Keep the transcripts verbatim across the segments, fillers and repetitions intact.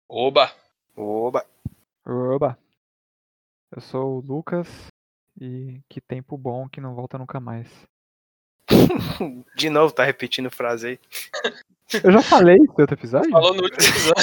Oba! Oba! Oba! Eu sou o Lucas e que tempo bom que não volta nunca mais. De novo, tá repetindo frase aí. Eu já falei isso no outro episódio? Falou no último episódio.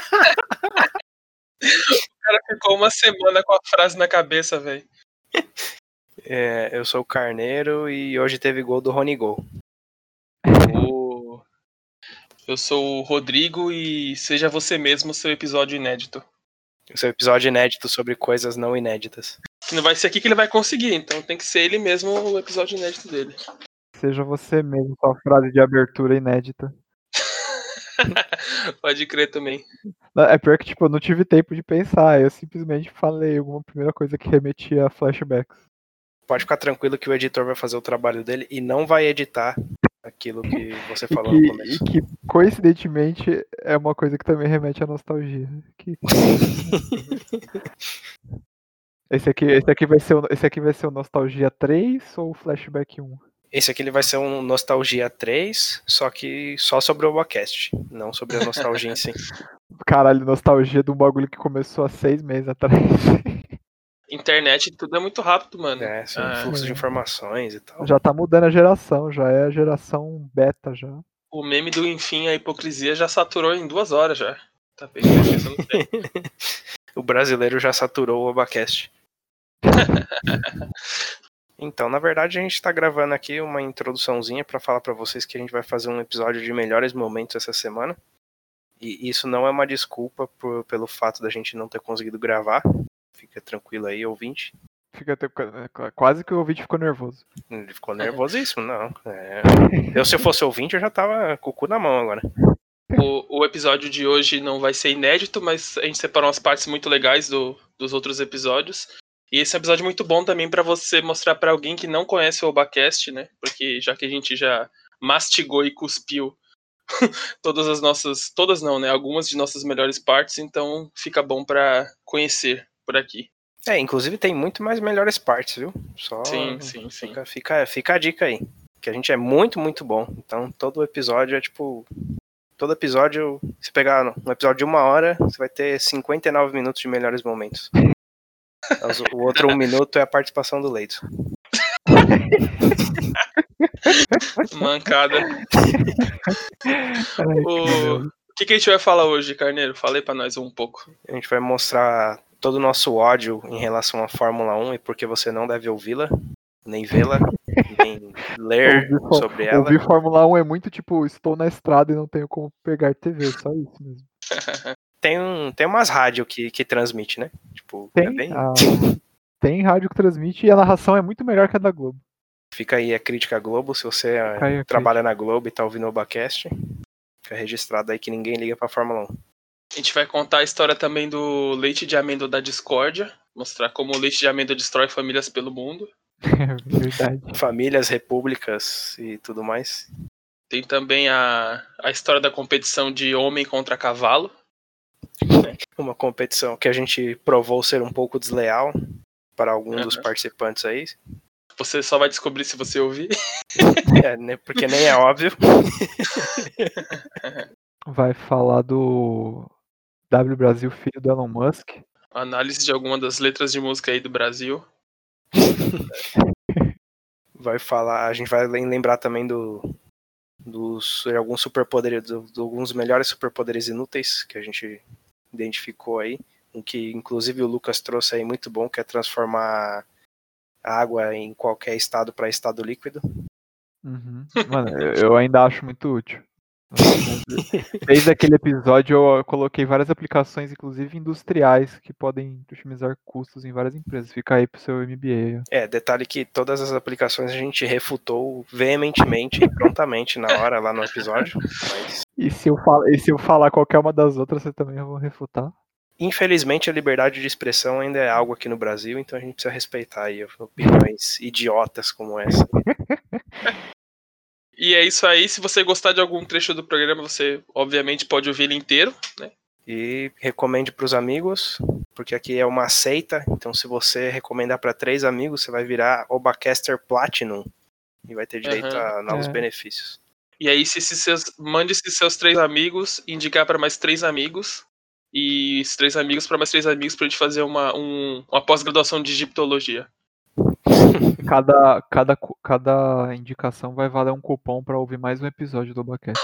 O cara ficou uma semana com a frase na cabeça, velho. É, eu sou o Carneiro e hoje teve gol do Rony Gol. O... Eu sou o Rodrigo e seja você mesmo seu episódio inédito. O seu episódio inédito sobre coisas não inéditas. Que não vai ser aqui que ele vai conseguir, então tem que ser ele mesmo o episódio inédito dele. Seja você mesmo, sua frase de abertura inédita. Pode crer também. É pior que, tipo, eu não tive tempo de pensar, eu simplesmente falei alguma primeira coisa que remetia a flashbacks. Pode ficar tranquilo que o editor vai fazer o trabalho dele e não vai editar aquilo que você E falou que, no começo. e que, coincidentemente, é uma coisa que também remete à nostalgia. Que... esse, aqui, esse, aqui vai ser o, esse aqui vai ser o Nostalgia três ou o Flashback um? Esse aqui ele vai ser um Nostalgia três, só que só sobre o Obacast, não sobre a nostalgia em si. Caralho, nostalgia de um bagulho que começou há seis meses atrás. Internet, tudo é muito rápido, mano. É, são Ah, fluxo de informações e tal. Já tá mudando a geração, já é a geração beta já. O meme do enfim, a hipocrisia já saturou em duas horas já. Tá pensando no tempo. O brasileiro já saturou o Obacast. Então, na verdade, a gente tá gravando aqui uma introduçãozinha pra falar pra vocês que a gente vai fazer um episódio de melhores momentos essa semana. E isso não é uma desculpa por, pelo fato da gente não ter conseguido gravar. Fica tranquilo aí, ouvinte. Fica até, quase que o ouvinte ficou nervoso. Ele ficou nervosíssimo, não. É... Eu, se eu fosse ouvinte, eu já tava com o cu na mão agora. O, o episódio de hoje não vai ser inédito, mas a gente separou umas partes muito legais do, dos outros episódios. E esse é um episódio muito bom também pra você mostrar pra alguém que não conhece o Obacast, né? Porque já que a gente já mastigou e cuspiu todas as nossas... Todas não, né? Algumas de nossas melhores partes, então fica bom pra conhecer por aqui. É, inclusive tem muito mais melhores partes, viu? Só Sim, sim, sim. Fica, fica, fica a dica aí. Que a gente é muito, muito bom. Então todo episódio é tipo... Todo episódio, se pegar um episódio de uma hora, você vai ter cinquenta e nove minutos de melhores momentos. O outro um minuto é a participação do Leidson. Mancada. Ai, O... o que, que a gente vai falar hoje, Carneiro? Falei pra nós um pouco. A gente vai mostrar todo o nosso ódio em relação à Fórmula um e porque você não deve ouvi-la, nem vê-la, nem ler ouvir, sobre ela. Ouvir Fórmula um é muito tipo, estou na estrada e não tenho como pegar T V, só isso mesmo. Tem, um, tem umas rádios que, que transmite, né? Tipo, tem, é bem... a... tem rádio que transmite e a narração é muito melhor que a da Globo. Fica aí a crítica à Globo, se você é, trabalha na Globo e tá ouvindo o Obacast, fica registrado aí que ninguém liga pra Fórmula um. A gente vai contar a história também do leite de amêndoa da discórdia, mostrar como o leite de amêndoa destrói famílias pelo mundo. É verdade. Famílias, repúblicas e tudo mais. Tem também a, a história da competição de homem contra cavalo. Uma competição que a gente provou ser um pouco desleal para algum Uhum. dos participantes aí. Você só vai descobrir se você ouvir. É, né, porque nem é óbvio. Vai falar do W Brasil, filho do Elon Musk. Análise de alguma das letras de música aí do Brasil. Vai falar, a gente vai lembrar também do dos alguns superpoderes, do, do alguns melhores superpoderes inúteis que a gente identificou aí, um que inclusive o Lucas trouxe aí muito bom, que é transformar água em qualquer estado para estado líquido. Uhum. Mano, eu ainda acho muito útil. Desde aquele episódio eu coloquei várias aplicações, inclusive industriais, que podem otimizar custos em várias empresas. Fica aí pro seu M B A. É, detalhe que todas as aplicações a gente refutou veementemente e prontamente na hora lá no episódio. Mas... E, se eu fala, e se eu falar qualquer uma das outras, você também vai refutar? Infelizmente a liberdade de expressão ainda é algo aqui no Brasil, então a gente precisa respeitar aí opiniões idiotas como essa. E é isso aí, se você gostar de algum trecho do programa, você obviamente pode ouvir ele inteiro, né? E recomende para os amigos, porque aqui é uma seita, então se você recomendar para três amigos, você vai virar Obacaster Platinum e vai ter direito uhum. a novos é. benefícios. E aí, se, se seus, mande esses seus três amigos, indicar para mais três amigos, e os três amigos para mais três amigos pra gente fazer uma, um, uma pós-graduação de egiptologia. Cada, cada, cada indicação vai valer um cupom pra ouvir mais um episódio do Obacast.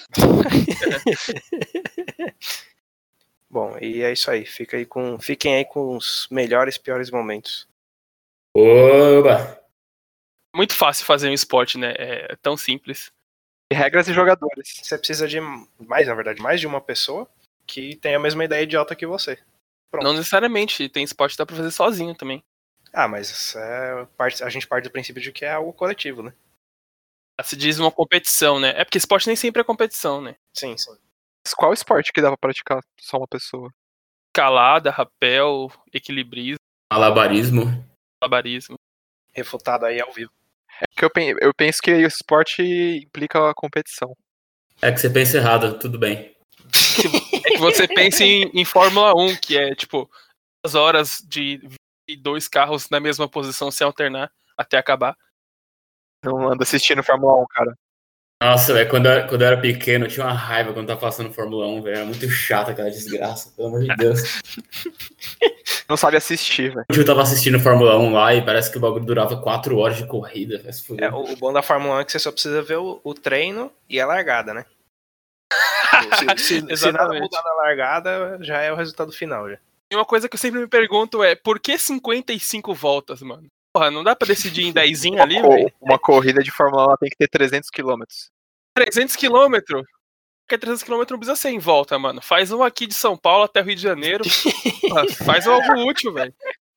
Bom, e é isso aí. Fica aí com, fiquem aí com os melhores e piores momentos. Oba! Muito fácil fazer um esporte, né? É tão simples. E regras e jogadores. Você precisa de mais, na verdade, mais de uma pessoa que tem a mesma ideia idiota que você. Pronto. Não necessariamente. Tem esporte que dá pra fazer sozinho também. Ah, mas é, a gente parte do princípio de que é algo coletivo, né? Se diz uma competição, né? É porque esporte nem sempre é competição, né? Sim, sim. Mas qual esporte que dá pra praticar só uma pessoa? Escalada, rapel, equilibrismo, Malabarismo. malabarismo. Refutado aí ao vivo. É que eu, pen- eu penso que o esporte implica a competição. É que você pensa errado, tudo bem. É que você pensa em, em Fórmula um, que é tipo duas horas de dois carros na mesma posição sem alternar até acabar. Não ando assistindo Fórmula um, cara. Nossa, velho, quando, eu- quando eu era pequeno, eu tinha uma raiva quando tava passando Fórmula um, velho. Era muito chato aquela desgraça, pelo amor de Deus. Não sabe assistir, velho. Eu tava assistindo Fórmula um lá e parece que o bagulho durava quatro horas de corrida. Vai se fuder. É, o, o bom da Fórmula um é que você só precisa ver o, o treino e a largada, né? Se, se, se nada Exatamente. mudar na largada, já é o resultado final. Já. E uma coisa que eu sempre me pergunto é, por que cinquenta e cinco voltas, mano? Porra, não dá pra decidir em dezinho ali, Co- velho? uma corrida de Fórmula um tem que ter trezentos quilômetros. trezentos quilômetros? Porque trezentos quilômetros não precisa ser em volta, mano. Faz um aqui de São Paulo até o Rio de Janeiro. Porra, faz algo útil, velho.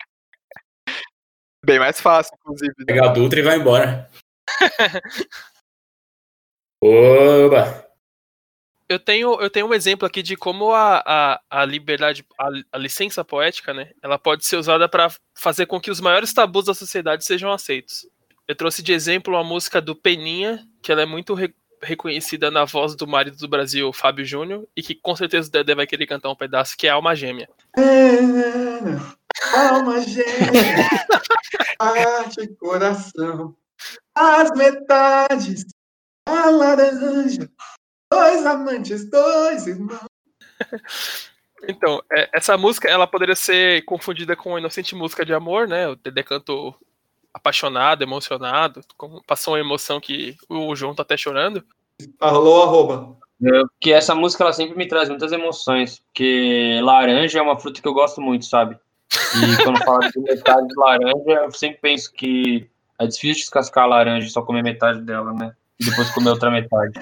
Bem mais fácil, inclusive. né? Pega a Dutra e vai embora. Oba! Eu tenho, eu tenho um exemplo aqui de como a, a, a liberdade, a, a licença poética, né? Ela pode ser usada para fazer com que os maiores tabus da sociedade sejam aceitos. Eu trouxe de exemplo uma música do Peninha, que ela é muito re, reconhecida na voz do marido do Brasil, Fábio Júnior, e que com certeza o Dedé vai querer cantar um pedaço, que é Alma Gêmea. Alma gêmea, parte coração, as metades, a laranja, dois amantes, dois irmãos. Então, é, essa música, ela poderia ser confundida com uma inocente música de amor, né? O Dedé cantou apaixonado, emocionado, com, passou uma emoção que o João tá até chorando. Alô, arroba. Eu- Porque essa música ela sempre me traz muitas emoções, porque laranja é uma fruta que eu gosto muito, sabe? E quando falo de metade de laranja, eu sempre penso que é difícil descascar a laranja e só comer metade dela, né? E depois comer outra metade.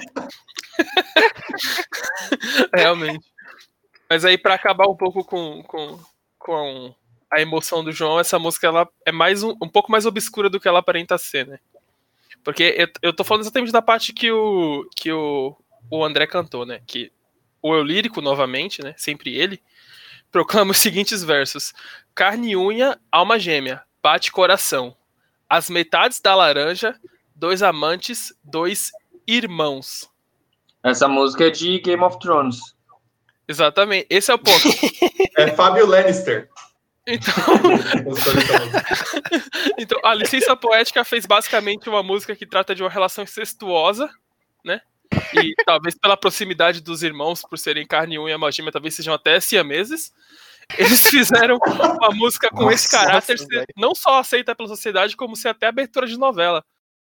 Realmente. Mas aí, pra acabar um pouco com, com, com a emoção do João, essa música ela é mais um, um pouco mais obscura do que ela aparenta ser, né? Porque eu, eu tô falando exatamente da parte que o, que o, o André cantou, né? Que o eu lírico, novamente, né? Sempre ele, proclama os seguintes versos: carne e unha, alma gêmea, bate coração. As metades da laranja, dois amantes, dois irmãos. Essa música é de Game of Thrones. Exatamente, esse é o ponto. É Fábio Lannister. Então, Música dessa música. então, a licença poética fez basicamente uma música que trata de uma relação incestuosa, né? E talvez pela proximidade dos irmãos, por serem carne e unha, alma gêmea, talvez sejam até siameses. Eles fizeram uma música com esse Nossa, caráter, nossa, ser velho. não só aceita pela sociedade, como ser até abertura de novela.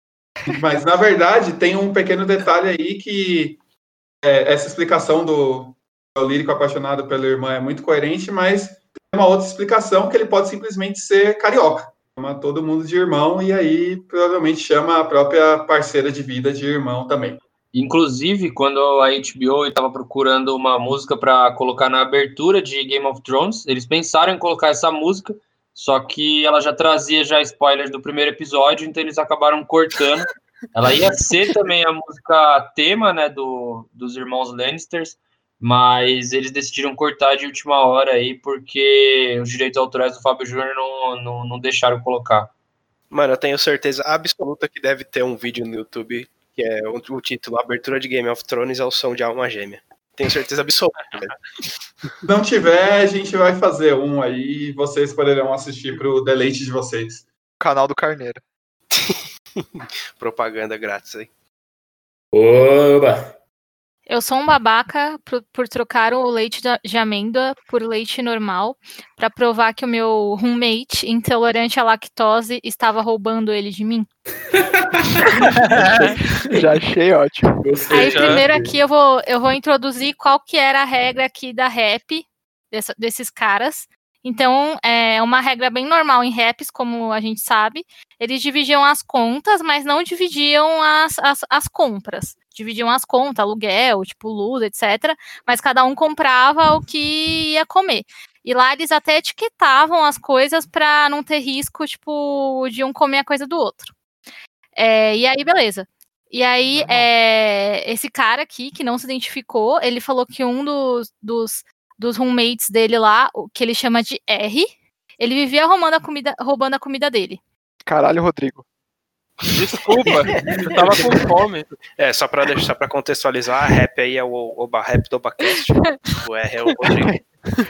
Mas, na verdade, tem um pequeno detalhe aí que é, essa explicação do, do lírico apaixonado pela irmã é muito coerente, mas tem uma outra explicação que ele pode simplesmente ser carioca. Chama todo mundo de irmão e aí provavelmente chama a própria parceira de vida de irmão também. Inclusive, quando a H B O estava procurando uma música para colocar na abertura de Game of Thrones, eles pensaram em colocar essa música, só que ela já trazia já spoilers do primeiro episódio, então eles acabaram cortando. Ela ia ser também a música tema, né, do, dos irmãos Lannisters, mas eles decidiram cortar de última hora aí, porque os direitos autorais do Fábio Júnior não, não, não deixaram colocar. Mano, eu tenho certeza absoluta que deve ter um vídeo no YouTube que é o, o título Abertura de Game of Thrones ao som de Alma Gêmea. Tenho certeza absoluta, velho. Se não tiver, a gente vai fazer um aí e vocês poderão assistir pro deleite de vocês. Canal do Carneiro. Propaganda grátis aí. Oba! Eu sou um babaca por, por trocar o leite de amêndoa por leite normal para provar que o meu roommate, intolerante à lactose, estava roubando ele de mim. Já achei ótimo. Gostei. Aí já. primeiro aqui eu vou, eu vou introduzir qual que era a regra aqui da rap dessa, desses caras. Então, é uma regra bem normal em raps, como a gente sabe. Eles dividiam as contas, mas não dividiam as, as, as compras. Dividiam as contas, aluguel, tipo, luz, etcétera. Mas cada um comprava o que ia comer. E lá eles até etiquetavam as coisas para não ter risco, tipo, de um comer a coisa do outro. É, e aí, beleza. E aí, é, esse cara aqui, que não se identificou, ele falou que um dos... dos dos roommates dele lá, o que ele chama de R, ele vivia roubando a comida, roubando a comida dele. Caralho, Rodrigo. Desculpa, eu tava com fome. É, só pra, deixar, só pra contextualizar, a rap aí é o Oba Rap do ObaCast. O R é o Rodrigo.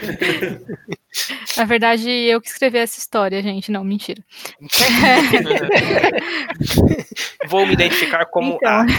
Na verdade, eu que escrevi essa história, gente. Não, mentira. Vou me identificar como Então. A.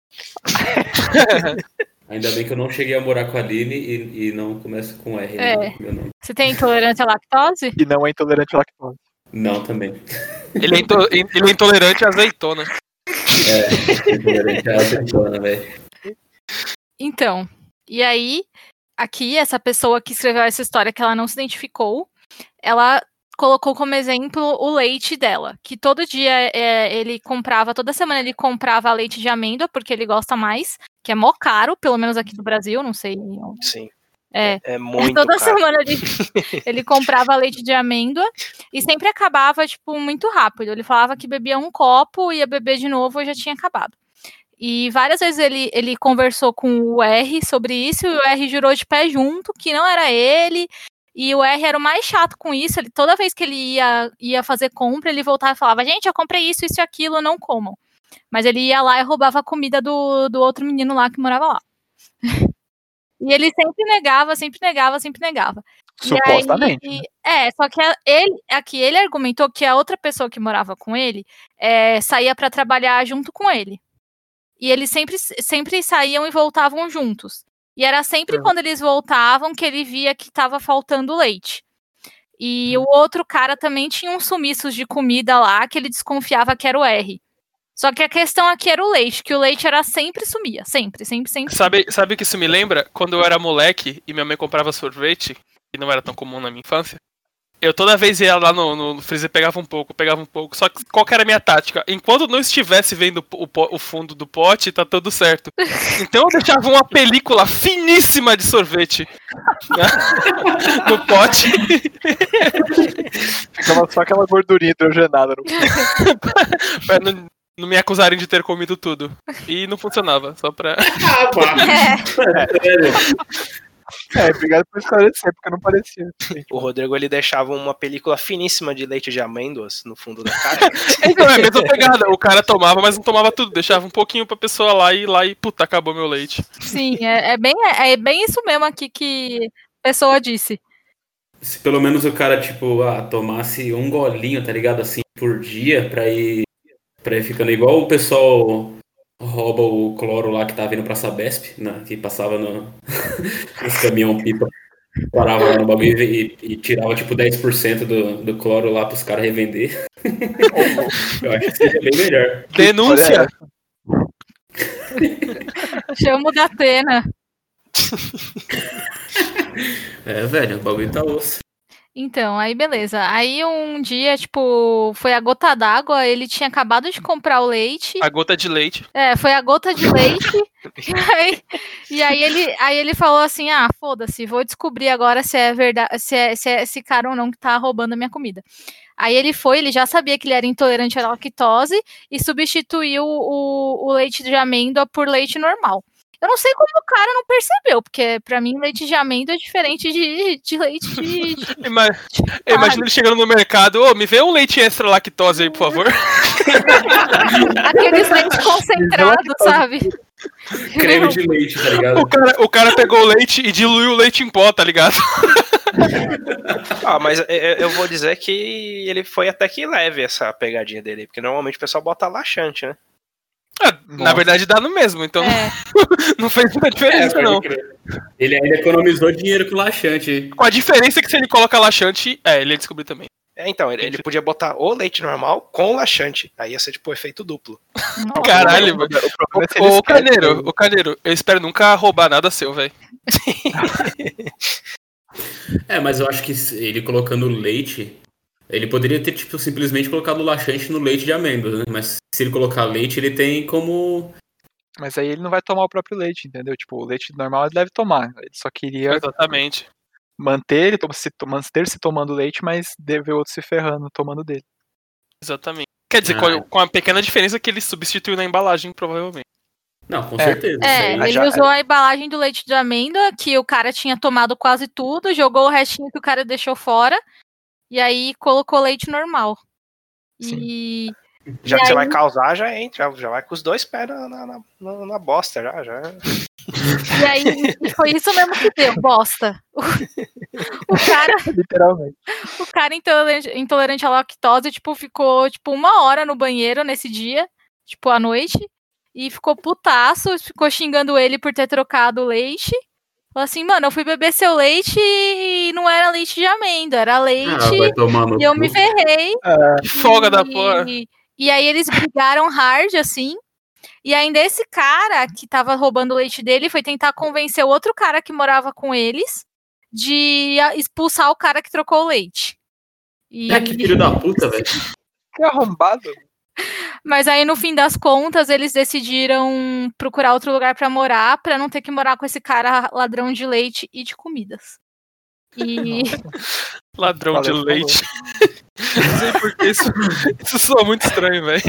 Ainda bem que eu não cheguei a morar com a Aline e, e não começo com R. É. Né, meu nome. Você tem intolerância à lactose? E não é intolerante à lactose. Não, também. Ele é, into- ele é intolerante à azeitona. É, intolerante à azeitona, velho. Então, e aí, aqui, essa pessoa que escreveu essa história, que ela não se identificou, ela colocou como exemplo o leite dela, que todo dia é, ele comprava, toda semana ele comprava leite de amêndoa, porque ele gosta mais, que é mó caro, pelo menos aqui no Brasil, não sei. Sim. É, É muito toda caro. semana ele, ele comprava leite de amêndoa e sempre acabava, tipo, muito rápido. Ele falava que bebia um copo, ia beber de novo e já tinha acabado. E várias vezes ele, ele conversou com o R sobre isso, e o R jurou de pé junto que não era ele, e o R era o mais chato com isso. Ele, toda vez que ele ia, ia fazer compra, ele voltava e falava, gente, eu comprei isso, isso e aquilo, não comam. Mas ele ia lá e roubava a comida do, do outro menino lá que morava lá. E ele sempre negava, sempre negava, sempre negava. Supostamente. E aí, né? é, só que a- ele, aqui ele argumentou que a outra pessoa que morava com ele é, saía para trabalhar junto com ele. E eles sempre, sempre saíam e voltavam juntos. E era sempre Uhum. quando eles voltavam que ele via que estava faltando leite. E o outro cara também tinha uns sumiços de comida lá que ele desconfiava que era o R. Só que a questão aqui era o leite, que o leite era sempre sumia, sempre, sempre, sempre. Sabe, sabe o que isso me lembra? Quando eu era moleque e minha mãe comprava sorvete, que não era tão comum na minha infância, eu toda vez ia lá no, no, no freezer, pegava um pouco, pegava um pouco. Só que qual que era a minha tática? Enquanto não estivesse vendo o, po- o fundo do pote, tá tudo certo. Então eu deixava uma película finíssima de sorvete, né, no pote. Ficava só aquela gordurinha hidrogenada. No... pra não, não me acusarem de ter comido tudo. E não funcionava, só pra... Ah, pá. Sério. É, obrigado por esclarecer, porque não parecia. O Rodrigo, ele deixava uma película finíssima de leite de amêndoas no fundo da caixa. Então é a mesma pegada. O cara tomava, mas não tomava tudo. Deixava um pouquinho pra pessoa lá e lá e puta, acabou meu leite. Sim, é, é, bem, é bem isso mesmo aqui que a pessoa disse. Se pelo menos o cara, tipo, ah, tomasse um golinho, tá ligado? Assim, por dia, pra ir, pra ir ficando igual o pessoal rouba o cloro lá que tá vindo pra Sabesp, né, que passava no, nos caminhão-pipa, parava lá no bagulho e, e tirava, tipo, dez por cento do, do cloro lá pros caras revender. Eu acho que seria bem melhor. Denúncia! Chamo da Atena. É, velho, o bagulho tá osso. Então, aí beleza. Aí um dia, tipo, foi a gota d'água, ele tinha acabado de comprar o leite. A gota de leite. É, foi a gota de leite. e aí, e aí ele, aí ele falou assim: ah, foda-se, vou descobrir agora se é verdade, se é, se é esse cara ou não que tá roubando a minha comida. Aí ele foi, ele já sabia que ele era intolerante à lactose e substituiu o, o leite de amêndoa por leite normal. Eu não sei como o cara não percebeu, porque pra mim leite de amêndoa é diferente de, de leite de... Ima- Imagina ele chegando no mercado, ô, me vê um leite extra lactose aí, por favor. Aqueles leites concentrados, sabe? Creme de leite, tá ligado? O cara, o cara pegou o leite e diluiu o leite em pó, tá ligado? Ah, mas eu vou dizer que ele foi até que leve essa pegadinha dele, porque normalmente o pessoal bota laxante, né? Ah, na verdade dá no mesmo, então É. não fez muita diferença, É, não. pode crer. Ele ainda economizou dinheiro com laxante. Com a diferença que se ele coloca laxante, é, ele ia descobrir também. É, então, ele, ele podia botar o leite normal com laxante. Aí ia ser tipo efeito duplo. Caralho, mano. O problema é se ele Ô, ô esquece, Carneiro, né? ô Carneiro, eu espero nunca roubar nada seu, velho. É, mas eu acho que se ele colocando leite, ele poderia ter, tipo, simplesmente colocado laxante no leite de amêndoas, né? Mas se ele colocar leite, ele tem como... Mas aí ele não vai tomar o próprio leite, entendeu? Tipo, o leite normal ele deve tomar. Ele só queria Exatamente. manter ele, to- se, to- manter-se tomando leite, mas ver outro se ferrando tomando dele. Exatamente. Quer dizer, Ah. com, com a pequena diferença que ele substituiu na embalagem, provavelmente. Não, com É. certeza. É, isso aí. ele já- usou a embalagem do leite de amêndoa, que o cara tinha tomado quase tudo, jogou o restinho que o cara deixou fora, e aí colocou leite normal. E, Já E que você aí- vai causar, já entra, já vai com os dois pés na, na, na, na- na bosta, já, já. e aí foi isso mesmo que deu, bosta. O, o cara, Literalmente. o cara intolerante, intolerante à lactose, tipo, ficou tipo uma hora no banheiro nesse dia, tipo, à noite, e ficou putaço, ficou xingando ele por ter trocado o leite. Falou assim, mano, eu fui beber seu leite e não era leite de amêndoa, era Ah, leite vai tomar no e eu cu. me ferrei. Que folga da E- porra. E aí eles brigaram hard, assim. E ainda esse cara que tava roubando o leite dele foi tentar convencer o outro cara que morava com eles de a- expulsar o cara que trocou o leite. E- É, que filho da puta, velho. Que arrombado. Mas aí, no fim das contas, eles decidiram procurar outro lugar pra morar, pra não ter que morar com esse cara ladrão de leite e de comidas. E Ladrão Valeu, de falou. leite. Não sei porque isso, isso soa muito estranho, velho.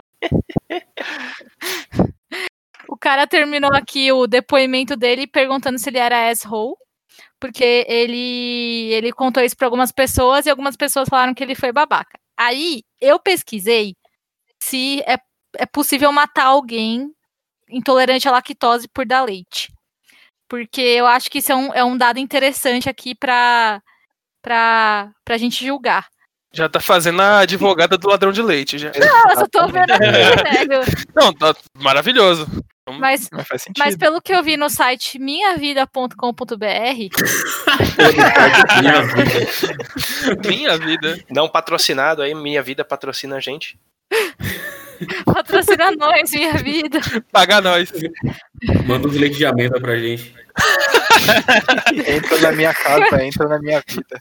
o cara terminou aqui o depoimento dele perguntando se ele era asshole, porque ele, ele contou isso pra algumas pessoas e algumas pessoas falaram que ele foi babaca. Aí, eu pesquisei se é, é possível matar alguém intolerante à lactose por dar leite. Porque eu acho que isso é um, é um dado interessante aqui pra, pra, pra gente julgar. Já tá fazendo a advogada do ladrão de leite, já. Não, eu só tô vendo aqui, velho. Não, tá maravilhoso. Mas, Mas faz sentido. mas pelo que eu vi no site minha vida ponto com ponto b r, Minha vida. Minha vida. Não patrocinado aí, Minha Vida patrocina a gente. patrocina nós, minha vida. Paga nós. Manda uns leite de amêndoa pra gente. Entra na minha casa, entra na minha vida.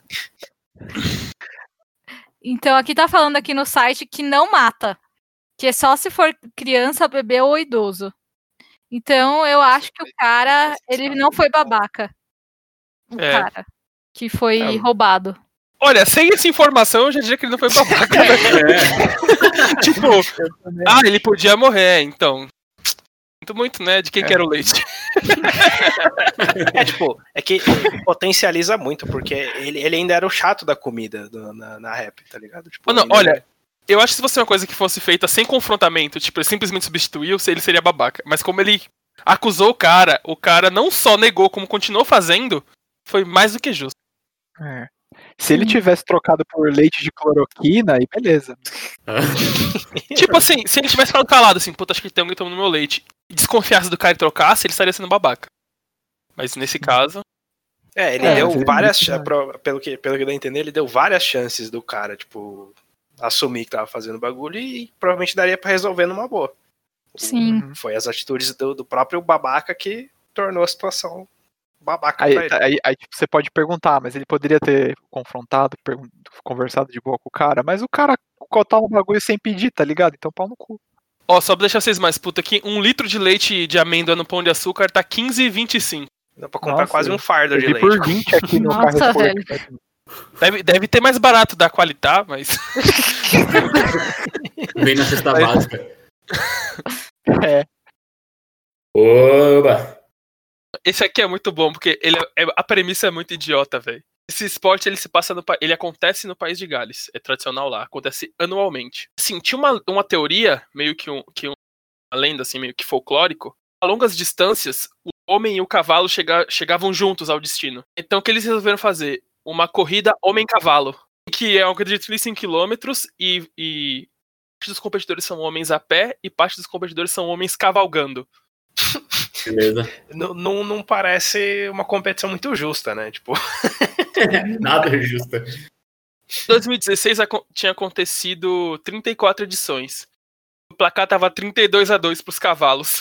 Então, aqui tá falando aqui no site que não mata. Que é só se for criança, bebê ou idoso. Então, eu acho que o cara, ele não foi babaca. O É. cara que foi É. roubado. Olha, sem essa informação, eu já diria que ele não foi babaca. né? É. Tipo, ah, ele podia morrer, então. Muito, muito, né? De quem que era o leite. É, tipo, é que potencializa muito, porque ele, ele ainda era o chato da comida do- na, na rap, tá ligado? Tipo, Oh, não, ainda- olha, eu acho que se fosse uma coisa que fosse feita sem confrontamento, tipo, ele simplesmente substituiu, ele seria babaca. Mas como ele acusou o cara, o cara não só negou, como continuou fazendo, foi mais do que justo. É. Se ele tivesse trocado por leite de cloroquina, aí beleza. Tipo assim, se ele tivesse falado calado assim, puta, acho que tem alguém tomando meu leite, e desconfiasse do cara e trocasse, ele estaria sendo babaca. Mas nesse caso. É, ele É, deu mas ele várias. disse, né? pro- Pelo que, pelo que deu a entender, ele deu várias chances do cara, tipo, assumir que tava fazendo bagulho e provavelmente daria pra resolver numa boa. Sim. Uhum. Foi as atitudes do, do próprio babaca que tornou a situação babaca Aí, pra ele. aí, aí, tipo, você pode perguntar, mas ele poderia ter confrontado, pergun- conversado de boa com o cara, mas o cara cotar um bagulho sem pedir, tá ligado? Então pau no cu. Ó, só pra deixar vocês mais puta aqui, um litro de leite de amêndoa no pão de açúcar tá quinze e vinte e cinco. Dá pra comprar Nossa, quase um fardo Eu de vi leite. por vinte aqui no Nossa, Carrefour. velho. Deve, deve ter mais barato da Qualitá, mas. Vem na cesta básica. É. Oba! Esse aqui é muito bom, porque ele é- é- a premissa é muito idiota, velho. Esse esporte, ele se passa no pa- ele acontece no país de Gales. É tradicional lá, acontece anualmente. Assim, tinha uma, uma teoria, meio que, um, que um- uma lenda, assim, meio que folclórico. A longas distâncias, o homem e o cavalo chega- chegavam juntos ao destino. Então, o que eles resolveram fazer? Uma corrida homem-cavalo. Que é uma corrida de trinta e cinco quilômetros e, e dos competidores são homens a pé e parte dos competidores são homens cavalgando. Beleza. Não, não, não parece uma competição muito justa, né? Tipo, Nada justo. Em dois mil e dezesseis aco- tinha acontecido trinta e quatro edições. O placar tava trinta e dois a dois pros cavalos.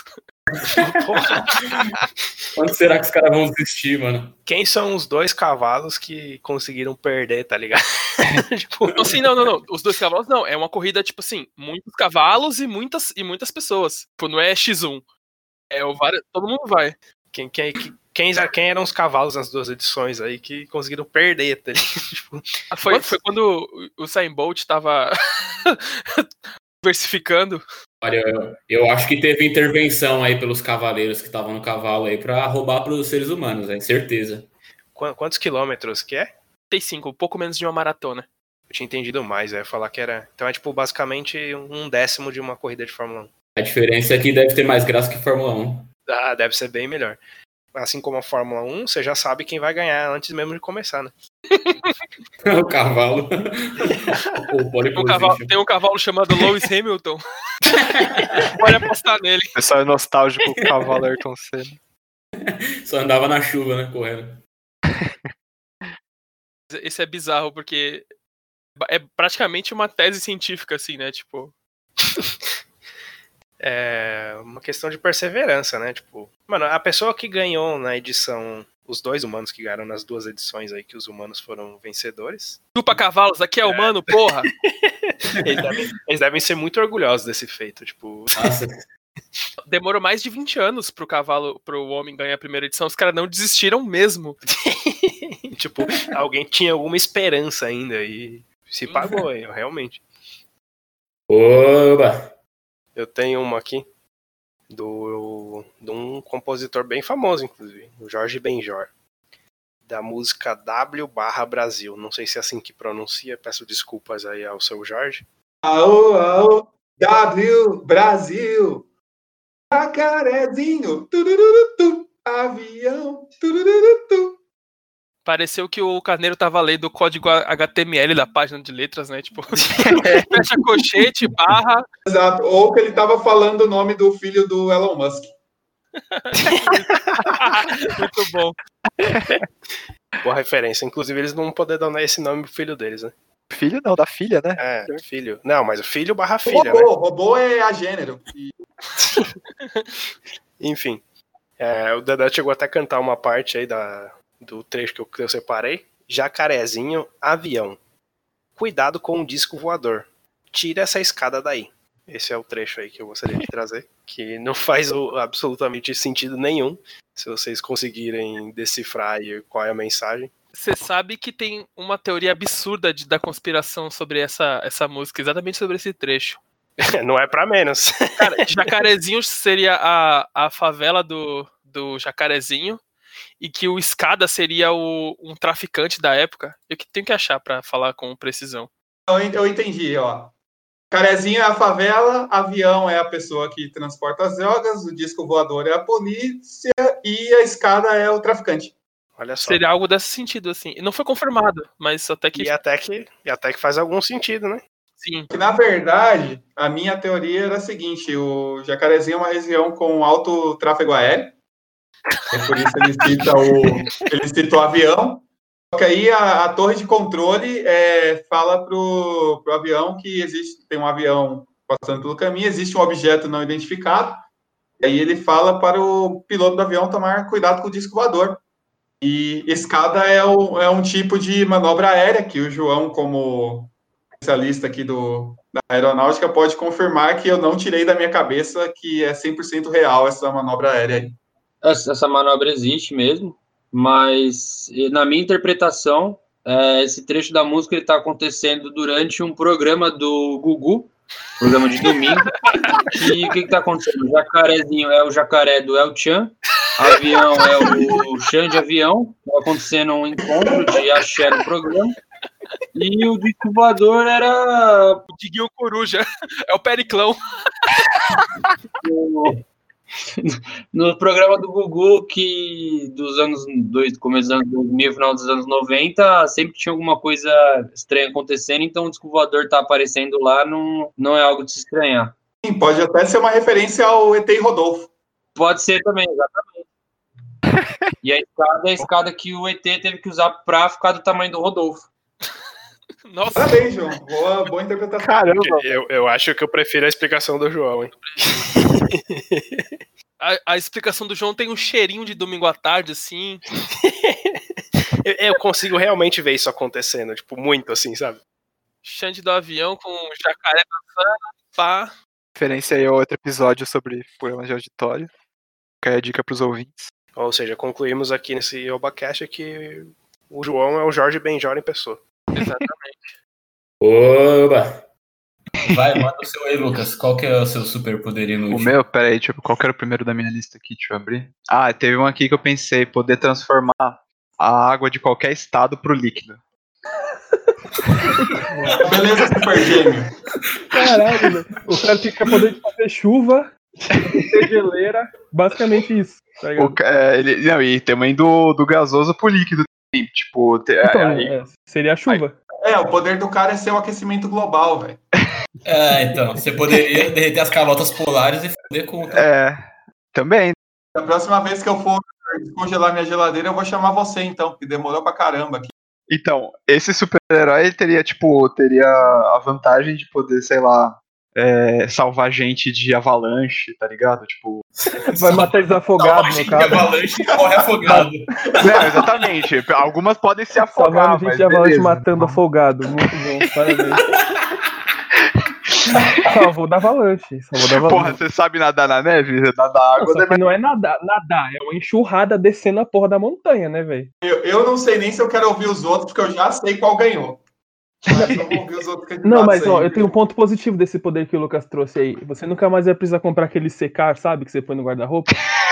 Quando será que os caras vão desistir, mano? quem são os dois cavalos que conseguiram perder, tá ligado? Tipo, Não, assim, não, não, não. Os dois cavalos não. É uma corrida, tipo assim, muitos cavalos e muitas, e muitas pessoas. Tipo, não é xis um. É o vários. Todo mundo vai. quem, quem, quem, quem eram os cavalos nas duas edições aí que conseguiram perder, tá ligado? Tipo, Foi, foi quando o Usain Bolt tava diversificando. Olha, eu, eu acho que teve intervenção aí pelos cavaleiros que estavam no cavalo aí pra roubar pros seres humanos, é certeza. qu- quantos quilômetros que é? trinta e cinco, um pouco menos de uma maratona. Eu tinha entendido mais, eu ia falar que era. Então é tipo basicamente um décimo de uma corrida de Fórmula um. A diferença é que deve ter mais graça que Fórmula um. Ah, deve ser bem melhor. Assim como a Fórmula um, você já sabe quem vai ganhar antes mesmo de começar, né? O cavalo. O pole Tem um cavalo, position. tem um cavalo chamado Lewis Hamilton. Pode apostar nele. O pessoal é nostálgico com o cavalo Ayrton Senna. Só andava na chuva, né? Correndo. Esse é bizarro, porque é praticamente uma tese científica, assim, né? Tipo, É uma questão de perseverança, né? Tipo, mano, a pessoa que ganhou na edição, os dois humanos que ganharam nas duas edições aí, que os humanos foram vencedores, chupa cavalos, aqui é humano, porra. eles devem, eles devem ser muito orgulhosos desse feito, tipo. Nossa. Demorou mais de vinte anos pro cavalo, pro homem ganhar a primeira edição. Os caras não desistiram mesmo. Tipo, alguém tinha alguma esperança ainda e se pagou, eu, realmente. Oba! Eu tenho uma aqui do, de um compositor bem famoso, inclusive, o Jorge Benjor, da música W barra Brasil. Não sei se é assim que pronuncia, peço desculpas aí ao seu Jorge. Aô, aô, W, Brasil, jacarezinho, turururutu, avião, turururutu. Pareceu que o Carneiro tava lendo o código H T M L da página de letras, né? Tipo, fecha colchete, barra. Exato, ou que ele tava falando o nome do filho do Elon Musk. Muito bom. Boa referência. Inclusive, eles não podem dar esse nome pro filho deles, né? Filho não, da filha, né? É, filho. Não, mas o filho barra filha, Robô, né? robô é a gênero. E Enfim. É, o Dedé chegou até a cantar uma parte aí da, do trecho que eu, que eu separei. Jacarezinho, avião. Cuidado com o disco voador. Tira essa escada daí. Esse é o trecho aí que eu gostaria de trazer. Que não faz o, absolutamente sentido nenhum. Se vocês conseguirem decifrar aí qual é a mensagem. Você sabe que tem uma teoria absurda de, da conspiração sobre essa, essa música, exatamente sobre esse trecho. Não é pra menos. Cara, Jacarezinho seria a, a favela do, do Jacarezinho e que o Escada seria o, um traficante da época. Eu que tenho que achar pra falar com precisão. eu, eu entendi, ó. Carezinho é a favela, avião é a pessoa que transporta as drogas, o disco voador é a polícia e a escada é o traficante. Olha só. Seria algo desse sentido, assim. E não foi confirmado, mas até que. E até que, e até que faz algum sentido, né? Sim. Que, na verdade, a minha teoria era a seguinte: o Jacarezinho é uma região com alto tráfego aéreo. É por isso que ele cita o, ele cita o avião. Só que aí a, a torre de controle é, fala pro, pro avião que existe, tem um avião passando pelo caminho, existe um objeto não identificado. E aí ele fala para o piloto do avião tomar cuidado com o disco voador. E escada é, o, é um tipo de manobra aérea que o João, como especialista aqui do, da aeronáutica, pode confirmar que eu não tirei da minha cabeça que é cem por cento real essa manobra aérea aí. Essa, essa manobra existe mesmo, mas na minha interpretação, é, esse trecho da música está acontecendo durante um programa do Gugu, programa de domingo. E o que está acontecendo? O jacarezinho é o jacaré do El Chan, avião é o Chan de avião, está acontecendo um encontro de axé no programa. E o disco voador era O Diguinho Coruja. É o Periclão. o, No programa do Gugu, que dos anos dois, começo dos anos dois mil, final dos anos noventa, sempre tinha alguma coisa estranha acontecendo, então o disco voador tá aparecendo lá, não, não é algo de se estranhar. Sim, pode até ser uma referência ao E T e Rodolfo. Pode ser também, exatamente. E a escada é a escada que o E T teve que usar pra ficar do tamanho do Rodolfo. Nossa, Parabéns, João. Boa, boa interpretação. Caramba, Eu, eu acho que eu prefiro a explicação do João, hein? a, a explicação do João tem um cheirinho de domingo à tarde, assim. eu, eu consigo realmente ver isso acontecendo, tipo, muito assim, sabe? Xande do avião com jacaré passando, pá. referência aí a outro episódio sobre programas de auditório. Que é a dica pros ouvintes. Ou seja, concluímos aqui nesse Obacast que o João é o Jorge Benjor em pessoa. Exatamente. Oba! Vai, manda o seu aí, Lucas. Qual que é o seu superpoder inútil? O meu, peraí, tipo, qual que era o primeiro da minha lista aqui? Deixa eu abrir. Ah, teve um aqui que eu pensei, poder transformar a água de qualquer estado pro líquido. Beleza, super gêmeo. Caralho, velho. O cara tem que poder fazer chuva, ter geleira, basicamente isso. Tá ligado? O, ca- é, ele, não, e também do, do gasoso pro líquido. Tipo, te- Então, aí- é, seria a chuva. É, o poder do cara é ser o aquecimento global, velho. É, então, você poderia derreter as calotas polares e foder com o... é, também. Da próxima vez que eu for descongelar minha geladeira, eu vou chamar você, então, que demorou pra caramba aqui. Então, esse super-herói ele teria, tipo, teria a vantagem de poder, sei lá, é, salvar gente de avalanche, tá ligado? Tipo. Vai matar eles afogados, no caso. avalanche e corre afogado. Não, exatamente. Algumas podem se afogar, Salvando gente mas de avalanche beleza. matando afogado. Muito bom, parabéns. Salvou da avalanche. Salvou da avalanche. Porra, você sabe nadar na neve? Nadar água, Não, só que não é nadar, nadar, é uma enxurrada descendo a porra da montanha, né, velho? Eu, eu não sei nem se eu quero ouvir os outros, porque eu já sei qual ganhou. Mas eu vou ouvir os outros candidatos. Não, mas ó, aí, eu tenho um ponto positivo desse poder que o Lucas trouxe aí. Você nunca mais vai precisar comprar aquele secar, sabe? Que você põe no guarda-roupa.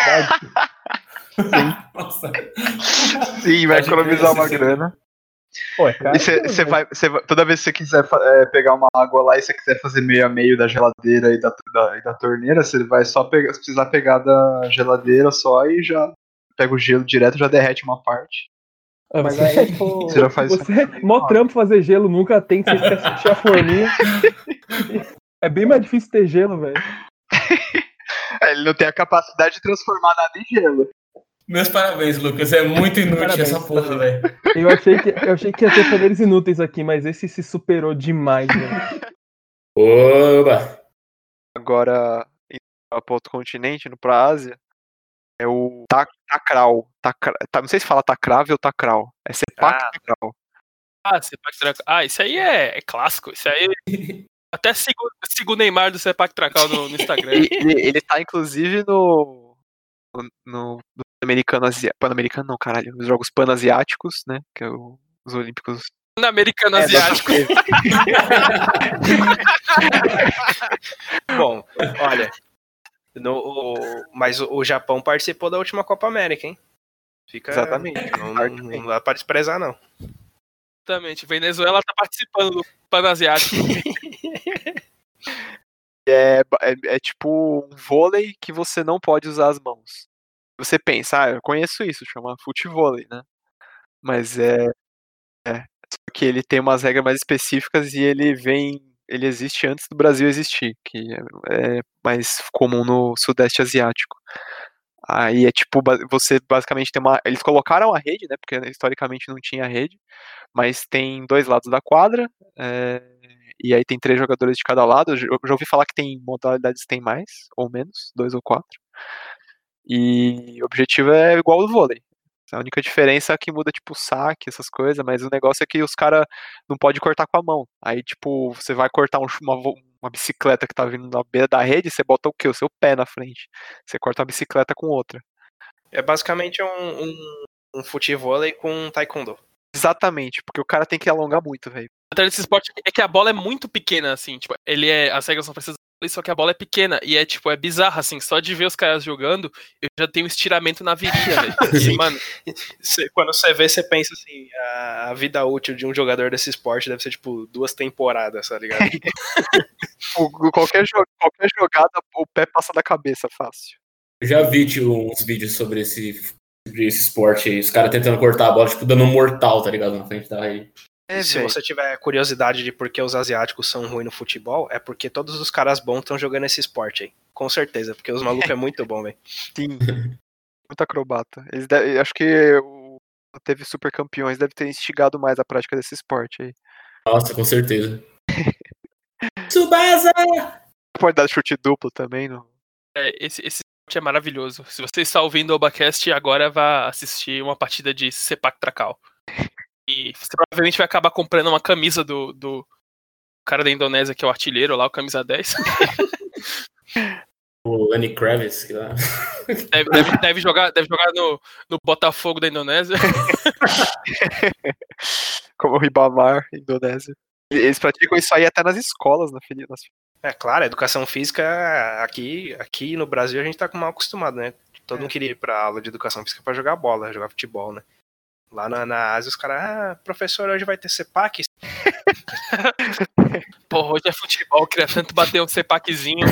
Nossa. Sim, vai Pode economizar crer, uma você- grana. Pô, é caro, E você velho. vai, cê vai. Toda vez que você quiser fa- é, pegar uma água lá e você quiser fazer meio a meio da geladeira e da, da, e da torneira, você vai só pegar, precisar pegar da geladeira só e já pega o gelo direto, já derrete uma parte. Ah, mas aí, pô, Você já faz isso você, com- mó trampo fazer gelo, nunca tem, você esquece de encher a forminha. É bem mais difícil ter gelo, velho. É, ele não tem a capacidade de transformar nada em gelo. Meus parabéns, Lucas. É muito inútil Parabéns, essa porra, velho. Eu achei, que, eu achei que ia ter poderes inúteis aqui, mas esse se superou demais, velho. Oba! Agora, indo para outro continente, indo pra Ásia, é o Ta- Takral. Takra- ta- Não sei se fala Takrave ou Takral. É Sepak Ah. Takral. Ah, Sepak Tracal. Ah, isso aí é, é clássico. Isso aí. Até sigo, sigo o Neymar do Sepak Tracal no, no Instagram. Ele, ele, ele tá inclusive no. no, no, no Pan-Americano Asi- Pan-Americano não, caralho. Os Jogos Pan-Asiáticos, né? Que é o- os Olímpicos. No americano É, asiático. Bom, olha. No, o- mas o, o Japão participou da última Copa América, hein? Fica, Exatamente. Não, não, não dá pra desprezar, não. Exatamente. Venezuela tá participando do Pan-Asiático. É, ba- é, é tipo um vôlei que você não pode usar as mãos. Você pensa, ah, eu conheço isso, chama futevôlei, né? Mas é, é. Só que ele tem umas regras mais específicas e ele vem. Ele existe antes do Brasil existir, que é, é mais comum no Sudeste Asiático. Aí é tipo, ba- você basicamente tem uma. Eles colocaram a rede, né? Porque historicamente não tinha rede, mas tem dois lados da quadra. é, E aí tem três jogadores de cada lado. Eu já eu já ouvi falar que tem modalidades que tem mais, ou menos, dois ou quatro. E o objetivo é igual ao do vôlei. A única diferença é que muda, tipo, o saque, essas coisas, mas o negócio é que os caras não podem cortar com a mão. Aí, tipo, você vai cortar um- uma, vo- uma bicicleta que tá vindo na beira da rede, você bota o quê? O seu pé na frente. Você corta a bicicleta com outra. É basicamente um, um, um futevôlei com um taekwondo. Exatamente, porque o cara tem que alongar muito, velho. A desse esporte é que a bola é muito pequena, assim, tipo, ele é. As regras são precisas, só que a bola é pequena. E é, tipo, é bizarro, assim, só de ver os caras jogando, eu já tenho estiramento na virilha, velho. E, mano, Cê- quando você vê, você pensa assim, a, a vida útil de um jogador desse esporte deve ser, tipo, duas temporadas, tá ligado? O- Qualquer, jo- qualquer jogada, o pé passa da cabeça fácil. Eu já vi tipo, uns vídeos sobre esse, sobre esse esporte aí. Os caras tentando cortar a bola, tipo, dando um mortal, tá ligado? Na frente da rede. É, Se véi. você tiver curiosidade de por que os asiáticos são ruins no futebol, é porque todos os caras bons estão jogando esse esporte aí. Com certeza, porque os malucos é muito bom, velho. Sim. Muito acrobata. Eles deve- acho que o teve super campeões, deve ter instigado mais a prática desse esporte aí. Nossa, com certeza. Tsubasa! Pode dar chute duplo também, não? É, esse, esse esporte é maravilhoso. Se você está ouvindo o Obacast, agora vá assistir uma partida de Sepak Takraw. E você provavelmente vai acabar comprando uma camisa do, do cara da Indonésia, que é o artilheiro lá, o camisa dez. O Lenny Kravitz, que lá. Deve, deve, deve jogar, deve jogar no, no Botafogo da Indonésia. Como o Ribamar, Indonésia. Eles praticam isso aí até nas escolas, na fili- nas É claro, a educação física aqui, aqui no Brasil a gente tá mal acostumado, né? Todo mundo queria ir pra aula de educação física pra jogar bola, jogar futebol, né? Lá na, na Ásia os caras, ah, professor, hoje vai ter Sepak? Porra, hoje é futebol, queria tanto bater um Sepakzinho.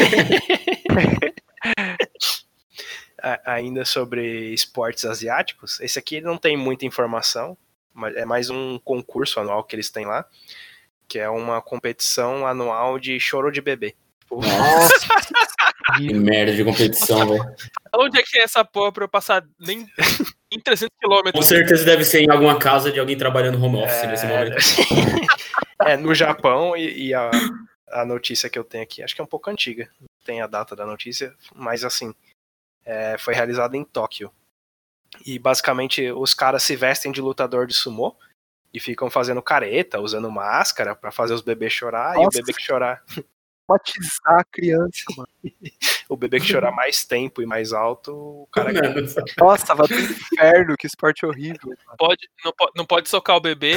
A- Ainda sobre esportes asiáticos, esse aqui não tem muita informação, mas é mais um concurso anual que eles têm lá, que é uma competição anual de choro de bebê. Nossa, que merda de competição, velho. Onde é que é essa porra pra eu passar nem em trezentos quilômetros? Com certeza deve ser em alguma casa de alguém trabalhando home office nesse momento. É, no Japão, e, e a, a notícia que eu tenho aqui, acho que é um pouco antiga, não tem a data da notícia, mas assim, é, foi realizada em Tóquio. E basicamente os caras se vestem de lutador de sumô e ficam fazendo careta, usando máscara pra fazer os bebês chorar, e o Nossa. bebê que chorar, batizar a criança, mano. o bebê que chorar mais tempo e mais alto, o cara ganha. Nossa, vai pro inferno, que esporte horrível. Mano. Pode, não, pode, não pode socar o bebê.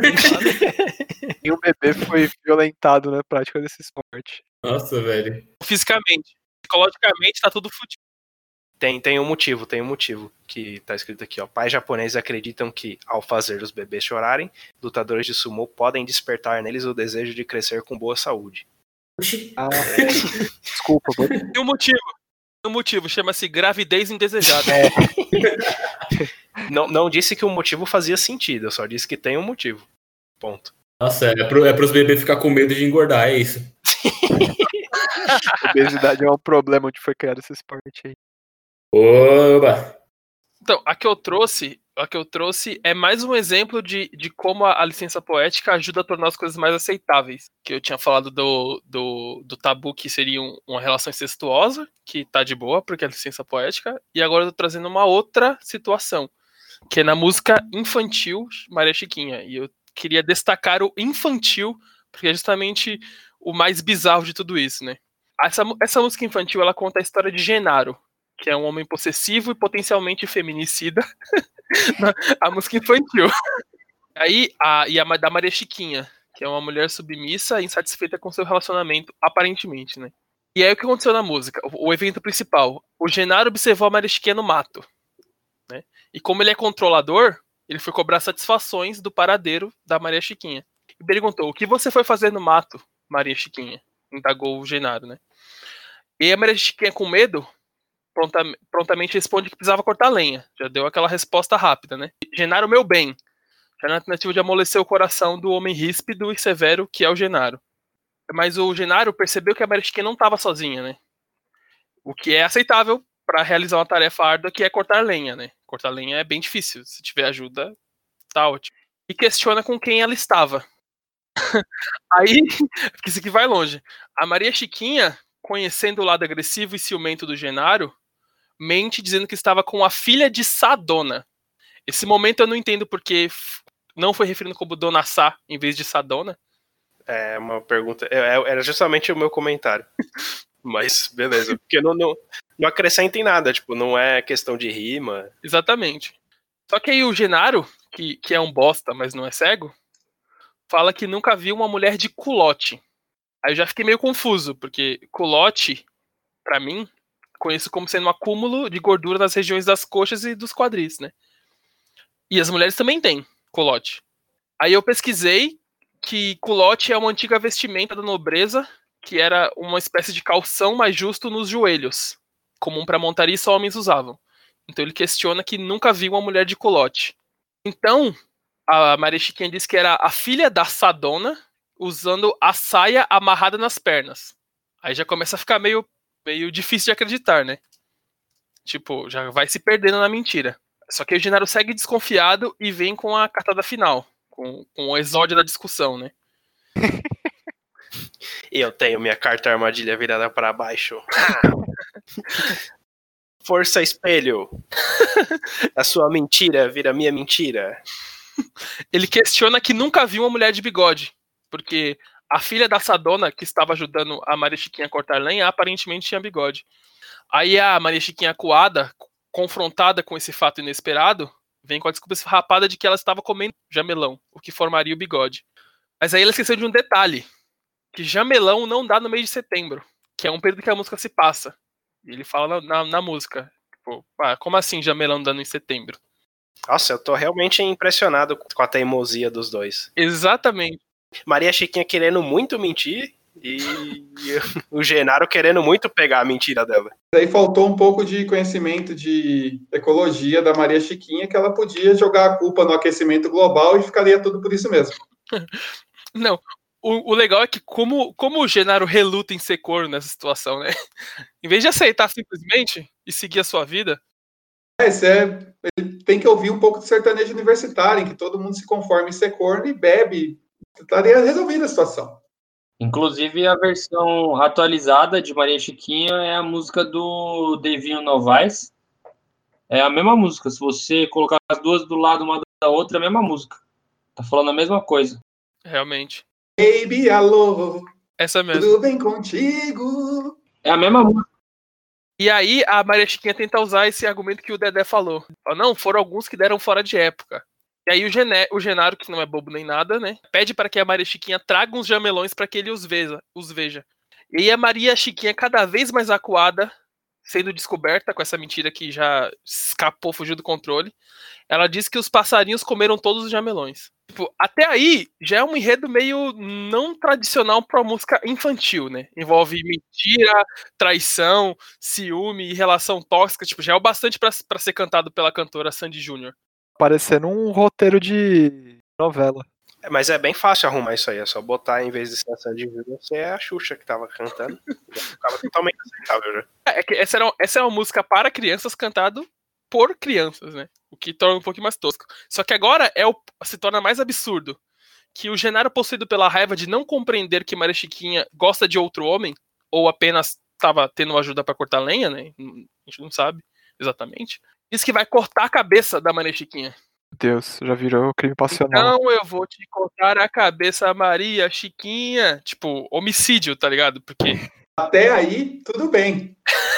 E o bebê foi violentado na prática desse esporte. Nossa, velho. Fisicamente. Psicologicamente tá tudo fudido. Tem, tem um motivo, tem um motivo que tá escrito aqui, ó. Pais japoneses acreditam que, ao fazer os bebês chorarem, lutadores de sumô podem despertar neles o desejo de crescer com boa saúde. Ah, desculpa, vou... E o motivo? O motivo chama-se gravidez indesejada. É. não, não disse que o motivo fazia sentido, eu só disse que tem um motivo. Ponto. Nossa, é, pro, é pros bebês ficar com medo de engordar, é isso. Obesidade é um problema onde foi criado esse esporte aí. Oba! Então, a que eu trouxe, a que eu trouxe é mais um exemplo de, de como a, a licença poética ajuda a tornar as coisas mais aceitáveis. Que eu tinha falado do, do, do tabu que seria um, uma relação incestuosa, que tá de boa, porque é licença poética, e agora eu tô trazendo uma outra situação, que é na música infantil Maria Chiquinha. E eu queria destacar o infantil, porque é justamente o mais bizarro de tudo isso, né? Essa, essa música infantil, ela conta a história de Genaro, que é um homem possessivo e potencialmente feminicida. A música infantil. Aí, a, e a da Maria Chiquinha, que é uma mulher submissa e insatisfeita com seu relacionamento, aparentemente, né? E aí o que aconteceu na música? O, o evento principal. O Genaro observou a Maria Chiquinha no mato, né? E como ele é controlador, ele foi cobrar satisfações do paradeiro da Maria Chiquinha. E perguntou, o que você foi fazer no mato, Maria Chiquinha? Indagou o Genaro, né? E a Maria Chiquinha, com medo, prontamente responde que precisava cortar lenha. Já deu aquela resposta rápida, né? Genaro, meu bem. Já na tentativa de amolecer o coração do homem ríspido e severo que é o Genaro. Mas o Genaro percebeu que a Maria Chiquinha não estava sozinha, né? O que é aceitável para realizar uma tarefa árdua, que é cortar lenha, né? Cortar lenha é bem difícil. Se tiver ajuda, tá ótimo. E questiona com quem ela estava. Aí, porque isso aqui vai longe. A Maria Chiquinha, conhecendo o lado agressivo e ciumento do Genaro, mente dizendo que estava com a filha de Sadona. Esse momento eu não entendo porque não foi referindo como Dona Sá em vez de Sadona. É uma pergunta. Era justamente o meu comentário. Mas, beleza. Porque não, não, não acrescenta em nada. Tipo, não é questão de rima. Exatamente. Só que aí o Genaro, que, que é um bosta, mas não é cego, fala que nunca viu uma mulher de culote. Aí eu já fiquei meio confuso, porque culote, pra mim, conheço como sendo um acúmulo de gordura nas regiões das coxas e dos quadris, né? E as mulheres também têm culote. Aí eu pesquisei que culote é uma antiga vestimenta da nobreza, que era uma espécie de calção mais justo nos joelhos. comum para montaria e só homens usavam. Então ele questiona que nunca viu uma mulher de culote. Então, a Maria Chiquinha disse que era a filha da Sadona usando a saia amarrada nas pernas. Aí já começa a ficar meio, meio difícil de acreditar, né? Tipo, já vai se perdendo na mentira. Só que o Gennaro segue desconfiado e vem com a cartada final, com, com o exódio da discussão, né? Eu tenho minha carta armadilha virada para baixo. Força espelho. A sua mentira vira minha mentira. Ele questiona que nunca viu uma mulher de bigode, porque a filha da Sadona, que estava ajudando a Maria Chiquinha a cortar lenha, aparentemente tinha bigode. Aí a Maria Chiquinha acuada, confrontada com esse fato inesperado, vem com a desculpa esfarrapada de que ela estava comendo jamelão, o que formaria o bigode. Mas aí ela esqueceu de um detalhe, que jamelão não dá no mês de setembro, que é um período que a música se passa. E ele fala na, na, na música, tipo, ah, como assim jamelão dando em setembro? Nossa, eu tô realmente impressionado com a teimosia dos dois. Exatamente. Maria Chiquinha querendo muito mentir e o Gennaro querendo muito pegar a mentira dela. Daí faltou um pouco de conhecimento de ecologia da Maria Chiquinha, que ela podia jogar a culpa no aquecimento global e ficaria tudo por isso mesmo. Não, o, o legal é que como, como o Gennaro reluta em ser corno nessa situação, né? Em vez de aceitar simplesmente e seguir a sua vida... É, é, ele tem que ouvir um pouco de sertanejo universitário, em que todo mundo se conforma em ser corno e bebe. Estaria resolvida a situação. Inclusive, a versão atualizada de Maria Chiquinha é a música do Devinho Novaes. É a mesma música. Se você colocar as duas do lado uma da outra, é a mesma música. Tá falando a mesma coisa. Realmente. Baby, alô. Essa mesmo. Tudo bem contigo? É a mesma música. E aí a Maria Chiquinha tenta usar esse argumento que o Dedé falou. Fala, não, foram alguns que deram fora de época. E aí o, Gené, o Gennaro, que não é bobo nem nada, né, pede para que a Maria Chiquinha traga uns jamelões para que ele os veja, os veja. E aí a Maria Chiquinha, cada vez mais acuada, sendo descoberta com essa mentira que já escapou, fugiu do controle, ela diz que os passarinhos comeram todos os jamelões. Tipo, até aí já é um enredo meio não tradicional para música infantil, né? Envolve mentira, traição, ciúme e relação tóxica. Tipo, já é o bastante para ser cantado pela cantora Sandy Júnior Parecendo um roteiro de novela. É, mas é bem fácil arrumar isso aí. É só botar, em vez de ser a Sandy Júnior, você é a Xuxa que tava cantando. Ficava totalmente aceitável já. É que essa, era, essa é uma música para crianças cantado por crianças, né? O que torna um pouquinho mais tosco. Só que agora é o, se torna mais absurdo. Que o Gennaro, possuído pela raiva de não compreender que Maria Chiquinha gosta de outro homem, ou apenas estava tendo ajuda para cortar lenha, né? A gente não sabe exatamente. Diz que vai cortar a cabeça da Maria Chiquinha. Deus, já virou crime passional. Então eu vou te cortar a cabeça, Maria Chiquinha. Tipo, homicídio, tá ligado? Porque... Até aí, tudo bem.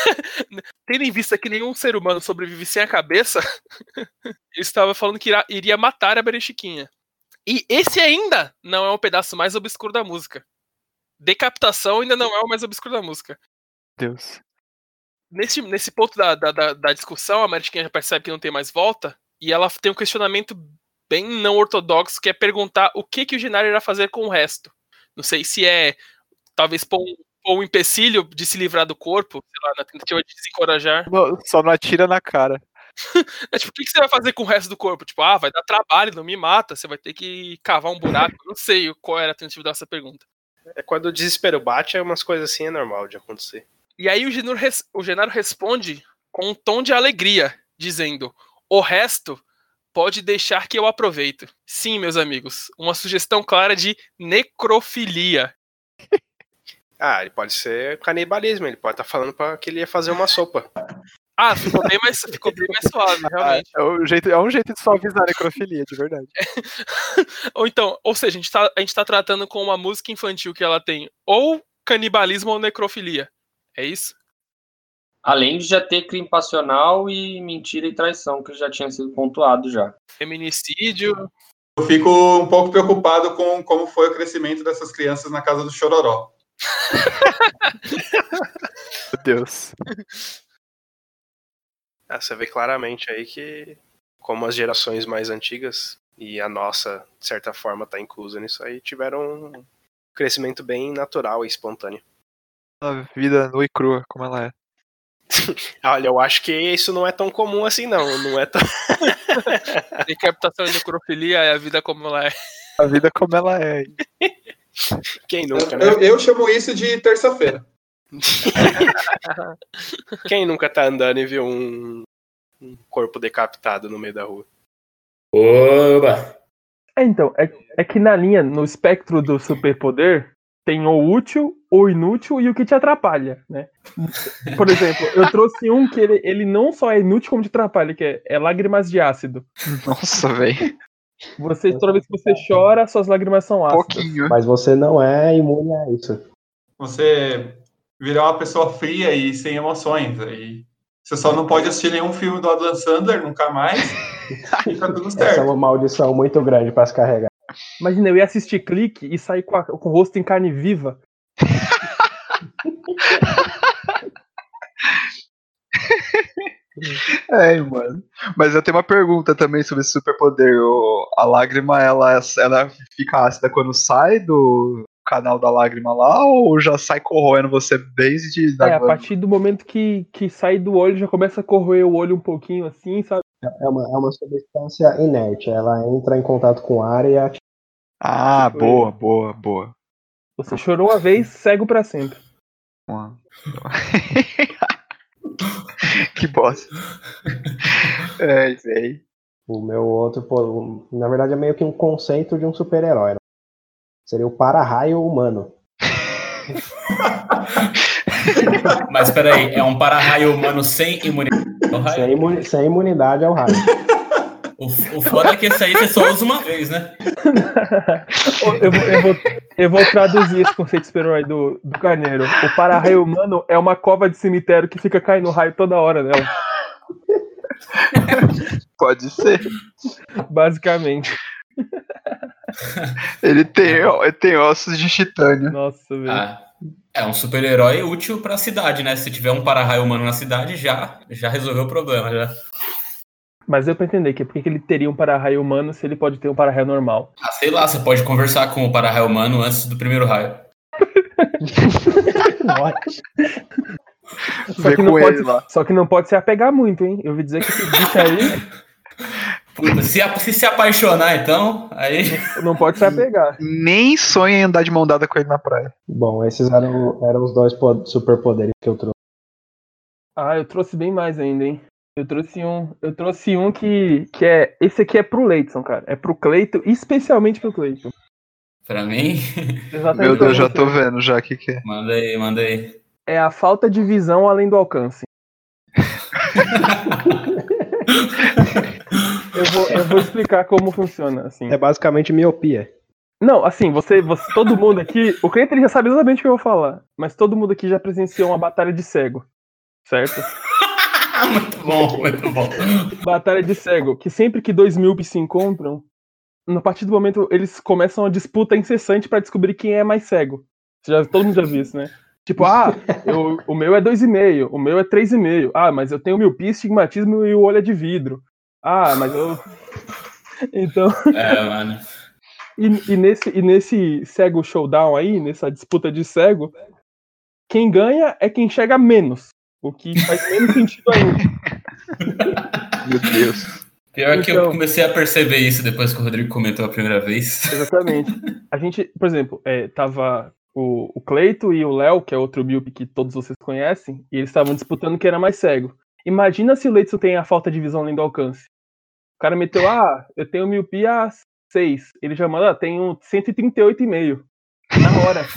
Tendo em vista que nenhum ser humano sobrevive sem a cabeça, ele estava falando que irá, iria matar a Maria Chiquinha. E esse ainda não é o pedaço mais obscuro da música. Decapitação ainda não é o mais obscuro da música. Deus. Nesse, nesse ponto da, da, da discussão, a Maria Chiquinha já percebe que não tem mais volta, e ela tem um questionamento bem não ortodoxo, que é perguntar o que, que o Gennaro irá fazer com o resto. Não sei se é, talvez, pôr um, pôr um empecilho de se livrar do corpo, sei lá, na tentativa de desencorajar. Só não atira na cara. É, tipo, o que, que você vai fazer com o resto do corpo? Tipo, ah, vai dar trabalho, não me mata, você vai ter que cavar um buraco. Não sei qual era a tentativa dessa pergunta. É quando o desespero bate, é umas coisas assim é normal de acontecer. E aí o Gennaro, res, o Gennaro responde com um tom de alegria, dizendo: o resto pode deixar que eu aproveito. Sim, meus amigos, uma sugestão clara de necrofilia. Ah, ele pode ser canibalismo, ele pode estar tá falando pra que ele ia fazer uma sopa. Ah, ficou bem mais, ficou bem mais suave, realmente. Ah, é, um jeito, é um jeito de suavizar a necrofilia, de verdade. Ou então, ou seja, a gente, tá, a gente tá tratando com uma música infantil que ela tem ou canibalismo ou necrofilia. É isso? Além de já ter crime passional e mentira e traição, que já tinha sido pontuado já. Feminicídio. Eu fico um pouco preocupado com como foi o crescimento dessas crianças na casa do Chororó. Meu Deus. Ah, você vê claramente aí que, como as gerações mais antigas, e a nossa, de certa forma, está inclusa nisso aí, tiveram um crescimento bem natural e espontâneo. A vida nua e crua, como ela é. Olha, eu acho que isso não é tão comum assim, não. Não é tão... Decapitação e necrofilia é a vida como ela é. A vida como ela é. Quem nunca, né? Eu, eu chamo isso de terça-feira. Quem nunca tá andando e viu um, um corpo decapitado no meio da rua? Oba! É, então, é, é que na linha, no espectro do superpoder, tem o útil, o inútil e o que te atrapalha, né? Por exemplo, eu trouxe um que ele, ele não só é inútil como te atrapalha, que é, é lágrimas de ácido. Nossa, velho. Você, toda vez que você chora, suas lágrimas são ácidas. Pouquinho. Mas você não é imune a isso. Você virar uma pessoa fria e sem emoções. Aí você só não pode assistir nenhum filme do Adam Sandler, nunca mais. E tá tudo Essa é certo. uma maldição muito grande pra se carregar. Imagina, eu ia assistir Clique e sair com, a- com o rosto em carne viva. É, mano. Mas eu tenho uma pergunta também sobre esse superpoder. O- A lágrima, ela, ela fica ácida quando sai do canal da lágrima lá, ou já sai corroendo você desde... É, a partir do momento que, que sai do olho, já começa a corroer o olho um pouquinho assim, sabe? É uma, é uma substância inerte. Ela entra em contato com o ar e ativa. Ah, Tipo, boa, boa, boa. Você chorou uma vez, cego pra sempre. Boa. Que bosta. É, velho. O meu outro, pô, na verdade, é meio que um conceito de um super-herói. Né? Seria o para-raio humano. Mas peraí, é um para-raio humano sem imunidade ao raio? Sem, imuni- sem imunidade ao raio. O, o foda é que esse aí você só usa uma vez, né? eu, vou, eu, vou, eu vou traduzir esse conceito de super-herói do, do Carneiro. O para-raio humano é uma cova de cemitério que fica caindo raio toda hora nela. Pode ser. Basicamente. Ele tem, ele tem ossos de titânio. Nossa, velho. Ah, é um super-herói útil pra cidade, né? Se tiver um para-raio humano na cidade, já, já resolveu o problema, já. Mas deu pra entender que por que que ele teria um para-raio humano se ele pode ter um para-raio normal. Ah, sei lá, você pode conversar com o para-raio humano antes do primeiro raio. Só Vê que, não com pode, ele lá. só que não pode se apegar muito, hein? Eu ouvi dizer que esse bicho aí Puta, se, a- se se apaixonar, então, aí... não pode se apegar. Nem sonha em andar de mão dada com ele na praia. Bom, esses eram, eram os dois po- superpoderes que eu trouxe. Ah, eu trouxe bem mais ainda, hein? Eu trouxe um, eu trouxe um que, que é. Esse aqui é pro Leidson, cara. É pro Cleito, especialmente pro Cleito. Pra mim... Exatamente. Meu pra Deus, já você. tô vendo já o que, que é. Manda aí, manda aí. É a falta de visão além do alcance. eu, vou, eu vou explicar como funciona, assim. É basicamente miopia. Não, assim, você, você, todo mundo aqui, o Cleiton ele já sabe exatamente o que eu vou falar, mas todo mundo aqui já presenciou uma batalha de cego, certo? Muito bom, muito bom. Batalha de cego, que sempre que dois míopes se encontram, a partir do momento eles começam uma disputa incessante pra descobrir quem é mais cego. Você já, todo mundo já viu isso, né? Tipo, ah, eu, o meu é dois e meio, o meu é três e meio. Ah, mas eu tenho miopia, estigmatismo e o olho é de vidro. Ah, mas eu... Então... É, mano. E, e, nesse, e nesse cego showdown aí, nessa disputa de cego, quem ganha é quem enxerga menos. O que faz menos sentido ainda. Meu Deus. Pior que Então- eu comecei a perceber isso depois que o Rodrigo comentou a primeira vez. Exatamente. A gente, por exemplo, é, tava o, o Cleito e o Léo, que é outro míope que todos vocês conhecem, e eles estavam disputando quem era mais cego. Imagina se o Leidson tem a falta de visão além do alcance. O cara meteu, ah, eu tenho miopia seis. Ele já manda, ah, tenho cento e trinta e oito e meio. Na hora.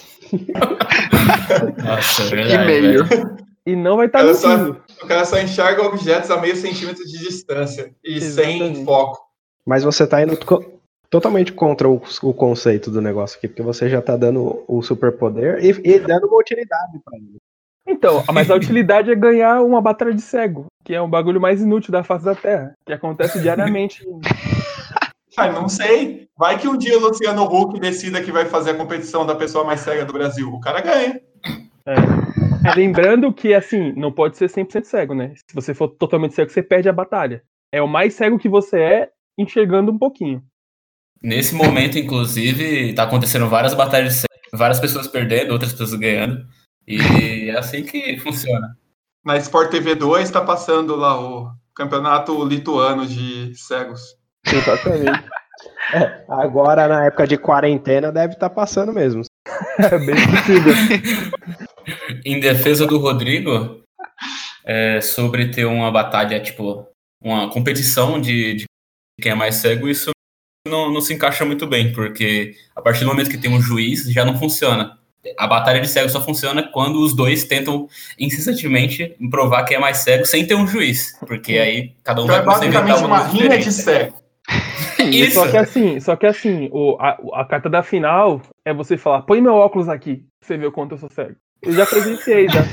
Nossa, é E verdade. meio. velho. E não vai estar Ela só- mentindo. O cara só enxerga objetos a meio centímetro de distância e Exatamente. sem foco. Mas você tá indo co- totalmente contra o, o conceito do negócio aqui, porque você já tá dando o superpoder e, e dando uma utilidade pra ele. Então, mas a utilidade é ganhar uma batalha de cego, que é um bagulho mais inútil da face da Terra, que acontece diariamente. Ah, não sei. Vai que um dia o Luciano Huck decida que vai fazer a competição da pessoa mais cega do Brasil. O cara ganha. É. É, lembrando que, assim, não pode ser cem por cento cego, né? Se você for totalmente cego, você perde a batalha. É o mais cego que você é, enxergando um pouquinho. Nesse momento, inclusive, tá acontecendo várias batalhas de cego, várias pessoas perdendo, outras pessoas ganhando. E é assim que funciona. na Sport T V dois está passando lá o campeonato lituano de cegos. Exatamente. É, agora, na época de quarentena, deve estar passando mesmo. É bem possível. Em defesa do Rodrigo, é, sobre ter uma batalha, tipo, uma competição de, de quem é mais cego, isso não, não se encaixa muito bem, porque a partir do momento que tem um juiz, já não funciona. A batalha de cego só funciona quando os dois tentam incessantemente provar quem é mais cego sem ter um juiz, porque aí cada um Então vai é conseguir basicamente inventar uma uma rinha de diferença. cego. Isso. Só que assim, só que assim, o, a, a carta da final é você falar, põe meu óculos aqui, pra você ver o quanto eu sou cego. Eu já presenciei, já.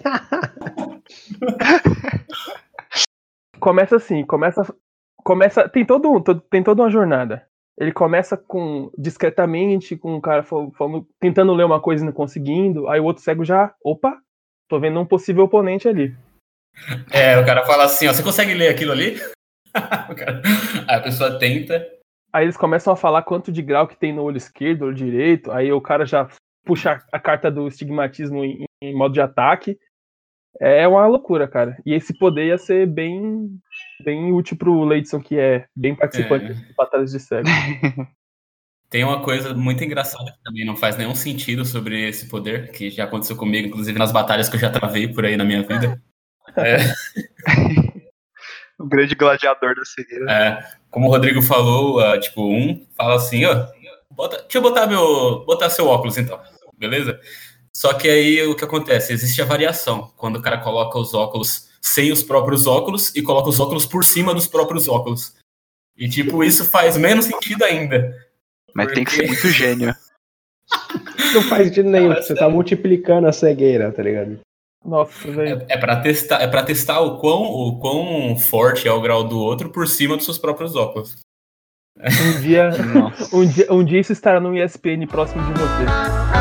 Começa assim, começa, começa, tem todo, um- todo- tem toda uma jornada. Ele começa com discretamente, com o cara fal- falando- tentando ler uma coisa e não conseguindo, aí o outro cego já, opa, tô vendo um possível oponente ali. É, o cara fala assim, ó, você consegue ler aquilo ali? O cara- Aí a pessoa tenta. Aí eles começam a falar quanto de grau que tem no olho esquerdo, olho direito, aí o cara já puxa a carta do estigmatismo em, em modo de ataque. É uma loucura, cara. E esse poder ia ser bem, bem útil pro Leidson, que é bem participante É. de batalhas de cego. Tem uma coisa muito engraçada que também não faz nenhum sentido sobre esse poder, que já aconteceu comigo, inclusive nas batalhas que eu já travei por aí na minha vida. É, O grande gladiador da cegueira. é, como o Rodrigo falou, ah, tipo, um fala assim, ó, bota, deixa eu botar meu, botar seu óculos então, beleza? Só que aí o que acontece? Existe a variação, quando o cara coloca os óculos sem os próprios óculos e coloca os óculos por cima dos próprios óculos. E tipo, isso faz menos sentido ainda. Mas tem que ser Porque- muito gênio. Não faz sentido nenhum, você tá multiplicando a cegueira, tá ligado? Nossa, velho. É, é para testar, é para testar o quão, o quão forte é o grau do outro por cima dos seus próprios óculos. Um dia, Nossa. um dia, um dia isso estará no E S P N próximo de você.